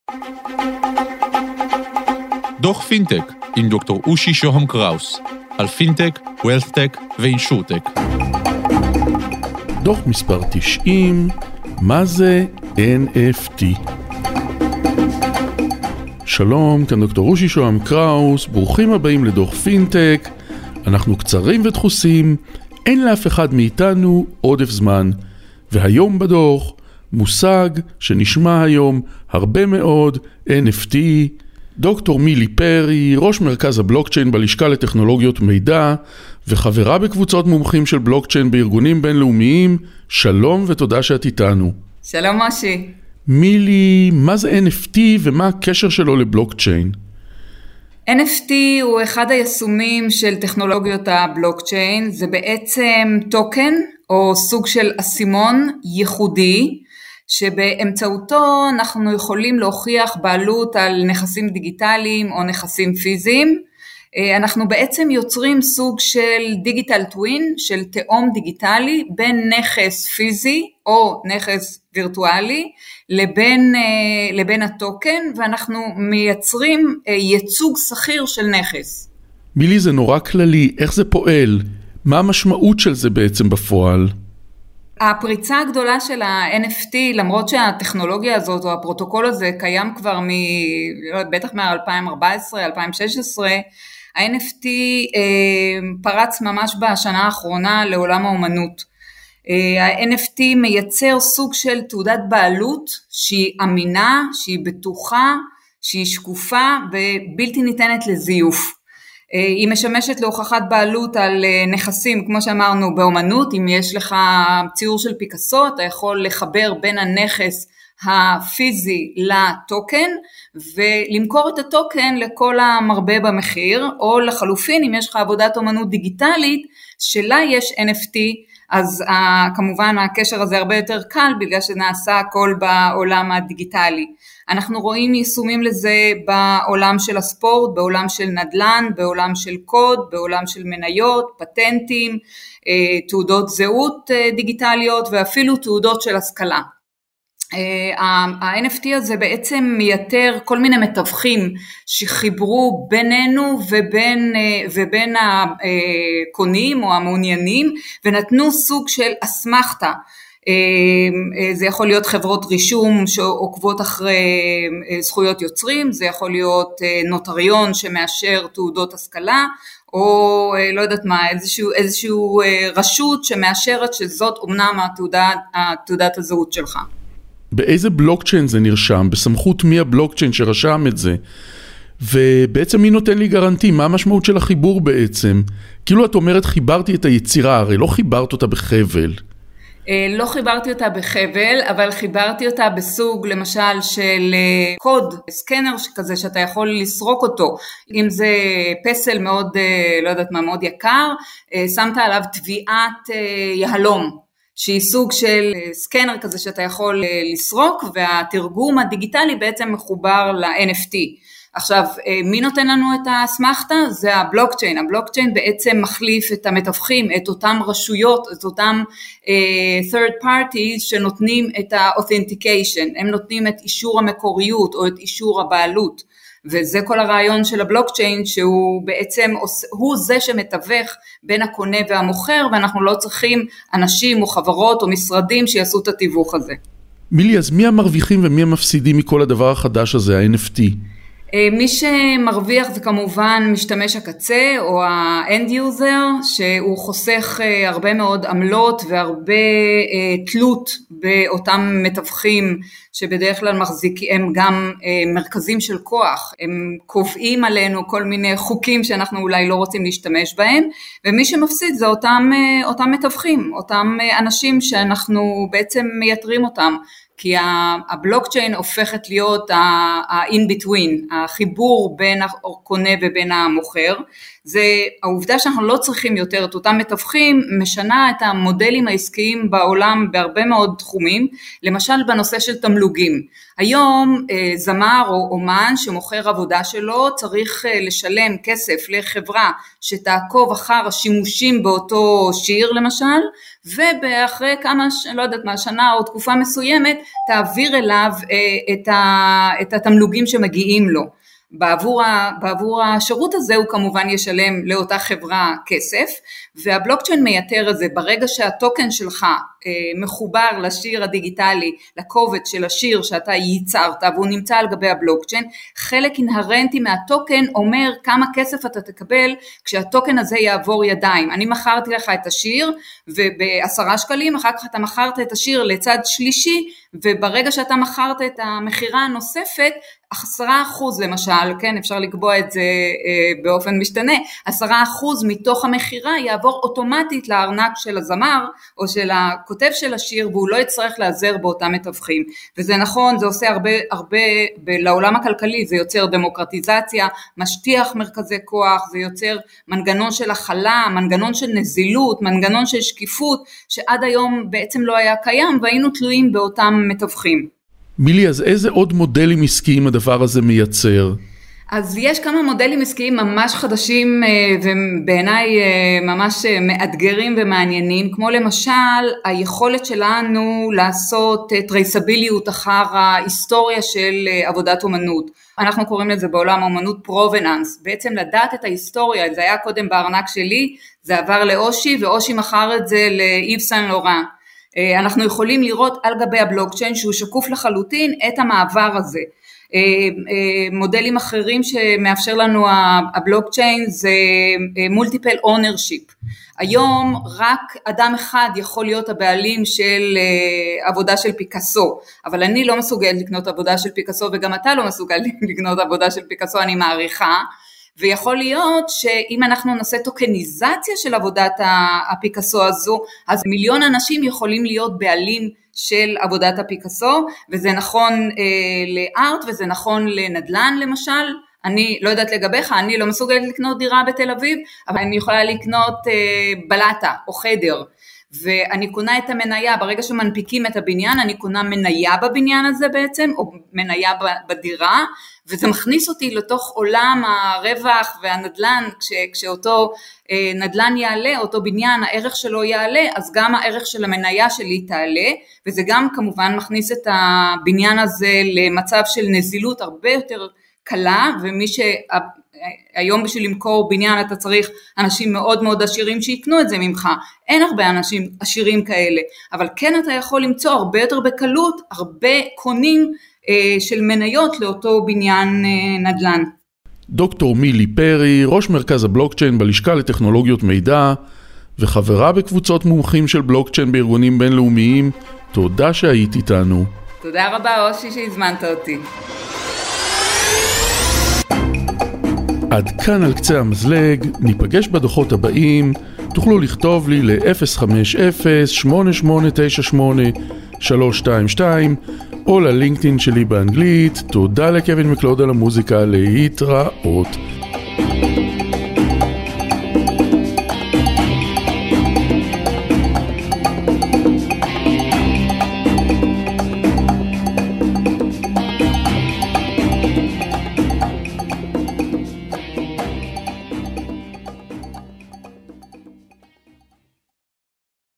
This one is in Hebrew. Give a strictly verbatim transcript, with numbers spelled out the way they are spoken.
דוח פינטק עם דוקטור אושי שוהם קראוס על פינטק, ווילת'טק ואינשורטק. דוח מספר תשעים, מה זה אן אף טי? שלום, כאן דוקטור אושי שוהם קראוס, ברוכים הבאים לדוח פינטק. אנחנו קצרים ודחוסים, אין לאף אחד מאיתנו עודף זמן. והיום בדוח, מושג שנשמע היום הרבה מאוד, אן אף טי. דוקטור מילי פרי, ראש מרכז הבלוקצ'יין בלשכה לטכנולוגיות מידע, וחברה בקבוצות מומחים של בלוקצ'יין בארגונים בינלאומיים. שלום ותודה שאת איתנו. שלום אושי. מילי, מה זה אן אף טי ומה הקשר שלו לבלוקצ'יין? אן אף טי הוא אחד היישומים של טכנולוגיות הבלוקצ'יין, זה בעצם טוקן או סוג של אסימון ייחודי, שבאמצעותו אנחנו יכולים להוכיח בעלות על נכסים דיגיטליים או נכסים פיזיים. אנחנו בעצם יוצרים סוג של דיגיטל טווין, של תאום דיגיטלי, בין נכס פיזי או נכס וירטואלי לבין, לבין הטוקן, ואנחנו מייצרים ייצוג סחיר של נכס. מילי, זה נורא כללי, איך זה פועל? מה המשמעות של זה בעצם בפועל? הפריצה הגדולה של ה-אן אף טי, למרות שהטכנולוגיה הזאת או הפרוטוקול הזה קיים כבר מ... בטח מ-אלפיים וארבע עשרה אלפיים ושש עשרה, ה-אן אף טי אה, פרץ ממש בשנה האחרונה לעולם האומנות. אה, ה-אן אף טי מייצר סוג של תעודת בעלות שהיא אמינה, שהיא בטוחה, שהיא שקופה ובלתי ניתנת לזיוף. היא משמשת להוכחת בעלות על נכסים, כמו שאמרנו, באומנות. אם יש לך ציור של פיקאסו, אתה יכול לחבר בין הנכס הפיזי לטוקן, ולמכור את הטוקן לכל המרבה במחיר, או לחלופין, אם יש לך עבודת אומנות דיגיטלית, שלה יש אן אף טי, אז כמובן הקשר הזה הרבה יותר קל, בגלל שנעשה הכל בעולם הדיגיטלי. אנחנו רואים יישומים לזה בעולם של הספורט, בעולם של נדל"ן, בעולם של קוד, בעולם של מניות, פטנטים, תעודות זהות דיגיטליות ואפילו תעודות של השכלה. ה-אן אף טי הזה בעצם מייתר כל מיני מתווכים שחיברו בינינו ובין, ובין הקונים או המעוניינים, ונתנו סוג של אסמכתה. זה יכול להיות חברות רישום שעוקבות אחרי זכויות יוצרים, זה יכול להיות נוטריון שמאשר תעודות השכלה, או לא יודעת מה, איזשהו, איזשהו רשות שמאשרת שזאת אומנם התעודה, התעודת הזהות שלך. באיזה בלוקצ'יין זה נרשם? בסמכות מי הבלוקצ'יין שרשם את זה? ובעצם מי נותן לי גרנטי? מה המשמעות של החיבור בעצם? כאילו את אומרת חיברתי את היצירה, הרי לא חיברת אותה בחבל. לא חיברתי אותה בחבל, אבל חיברתי אותה בסוג למשל של קוד, סקנר כזה שאתה יכול לסרוק אותו. אם זה פסל מאוד, לא יודעת מה, מאוד יקר, שמת עליו טביעת יהלום, שהיא סוג של סקנר כזה שאתה יכול לסרוק, והתרגום הדיגיטלי בעצם מחובר ל-אן אף טי. עכשיו, מי נותן לנו את האסמכתה? זה הבלוקצ'יין. הבלוקצ'יין בעצם מחליף את המתווכים, את אותם רשויות, את אותם uh, third parties שנותנים את ה-authentication. הם נותנים את אישור המקוריות או את אישור הבעלות. וזה כל הרעיון של הבלוקצ'יין, שהוא בעצם, הוא זה שמתווך בין הקונה והמוכר, ואנחנו לא צריכים אנשים או חברות או משרדים שיעשו את התיווך הזה. מילי, אז מי המרוויחים ומי המפסידים מכל הדבר החדש הזה, ה-אן אף טי? מי שמרוויח זה כמובן משתמש הקצה או האנד יוזר, שהוא חוסך הרבה מאוד עמלות והרבה תלות באותם מתווכים שבדרך כלל מחזיקים, הם גם מרכזים של כוח, הם קובעים עלינו כל מיני חוקים שאנחנו אולי לא רוצים להשתמש בהם, ומי שמפסיד זה אותם, אותם מתווכים, אותם אנשים שאנחנו בעצם מייתרים אותם, כי הבלוקצ'יין הופכת להיות ה-in between, החיבור בין הקונה ובין המוכר. זה העובדה שאנחנו לא צריכים יותר את אותם מתווכים, משנה את המודלים העסקיים בעולם בהרבה מאוד תחומים, למשל בנושא של תמלוגים. היום זמר או אומן שמוכר עבודה שלו צריך לשלם כסף לחברה שתעקוב אחר השימושים באותו שיר למשל, ואחרי כמה, לא יודעת מה, שנה או תקופה מסוימת, תעביר אליו את, ה, את התמלוגים שמגיעים לו. בעבור, ה, בעבור השירות הזה הוא כמובן ישלם לאותה חברה כסף, והבלוקצ'יין מייתר את זה. ברגע שהטוקן שלך אה, מחובר לשיר הדיגיטלי, לקובץ של השיר שאתה ייצרת, והוא נמצא על גבי הבלוקצ'יין, חלק אינהרנטי מהטוקן אומר כמה כסף אתה תקבל כשהטוקן הזה יעבור ידיים. אני מכרתי לך את השיר, ובעשרה שקלים, אחר כך אתה מכרת את השיר לצד שלישי, וברגע שאתה מכרת את המחירה הנוספת, עשרה אחוז למשל, כן, אפשר לקבוע את זה אה, באופן משתנה, עשרה אחוז מתוך המחירה יעבור אוטומטית לארנק של הזמר, או של הכותב של השיר, והוא לא יצטרך לעזר באותם מתווכים. וזה נכון, זה עושה הרבה, הרבה, לעולם הכלכלי, זה יוצר דמוקרטיזציה, משטיח מרכזי כוח, זה יוצר מנגנון של הכלה, מנגנון של נזילות, מנגנון של שקיפות, שעד היום בעצם לא היה קיים, והיינו תלויים באותם מתווכים. מילי, אז איזה עוד מודלים עסקיים הדבר הזה מייצר? אז יש כמה מודלים עסקיים ממש חדשים ובעיניי ממש מאתגרים ומעניינים, כמו למשל היכולת שלנו לעשות טרייסביליות אחר ההיסטוריה של עבודת אומנות. אנחנו קוראים לזה בעולם אומנות פרובננס, בעצם לדעת את ההיסטוריה, זה היה קודם בארנק שלי, זה עבר לאושי ואושי מכר את זה לאיב סן לורן. אנחנו יכולים לראות על גבי הבלוקצ'יין שהוא שקוף לחלוטין את המעבר הזה. מודלים אחרים שמאפשר לנו הבלוקצ'יין זה מולטיפל אונרשיפ. היום רק אדם אחד יכול להיות הבעלים של עבודה של פיקאסו, אבל אני לא מסוגל לקנות עבודה של פיקאסו, וגם אתה לא מסוגל לקנות עבודה של פיקאסו, אני מעריכה. ויכול להיות שאם אנחנו נעשה טוקניזציה של עבודת הפיקאסו הזו, אז מיליון אנשים יכולים להיות בעלים של עבודת הפיקאסו, וזה נכון אה, לארט וזה נכון לנדלן למשל. אני לא יודעת לגביך, אני לא מסוגלת לקנות דירה בתל אביב, אבל אני יכולה לקנות אה, בלטה או חדר, ואני קונה את המניה, ברגע שמנפיקים את הבניין, אני קונה מניה בבניין הזה בעצם, או מניה בדירה, וזה מכניס אותי לתוך עולם הרווח והנדלן, כש, כשאותו אה, נדלן יעלה, אותו בניין, הערך שלו יעלה, אז גם הערך של המניה שלי תעלה, וזה גם כמובן מכניס את הבניין הזה למצב של נזילות הרבה יותר קלה, ומי ש... היום בשביל למכור בניין אתה צריך אנשים מאוד מאוד עשירים שיקנו את זה ממך, אין הרבה אנשים עשירים כאלה, אבל כן אתה יכול למצוא הרבה יותר בקלות, הרבה קונים אה, של מניות לאותו בניין אה, נדל"ן. דוקטור מילי פרי, ראש מרכז הבלוקצ'יין בלשכה לטכנולוגיות מידע, וחברה בקבוצות מומחים של בלוקצ'יין בארגונים בינלאומיים, תודה שהיית איתנו. תודה רבה אושי שהזמנת אותי. עד כאן על קצה המזלג, ניפגש בדוחות הבאים, תוכלו לכתוב לי ל-אפס חמש אפס שמונה שמונה תשע שמונה שלוש שתיים שתיים או ללינקדאין שלי באנגלית. תודה לקווין מקלוד על המוזיקה, להתראות.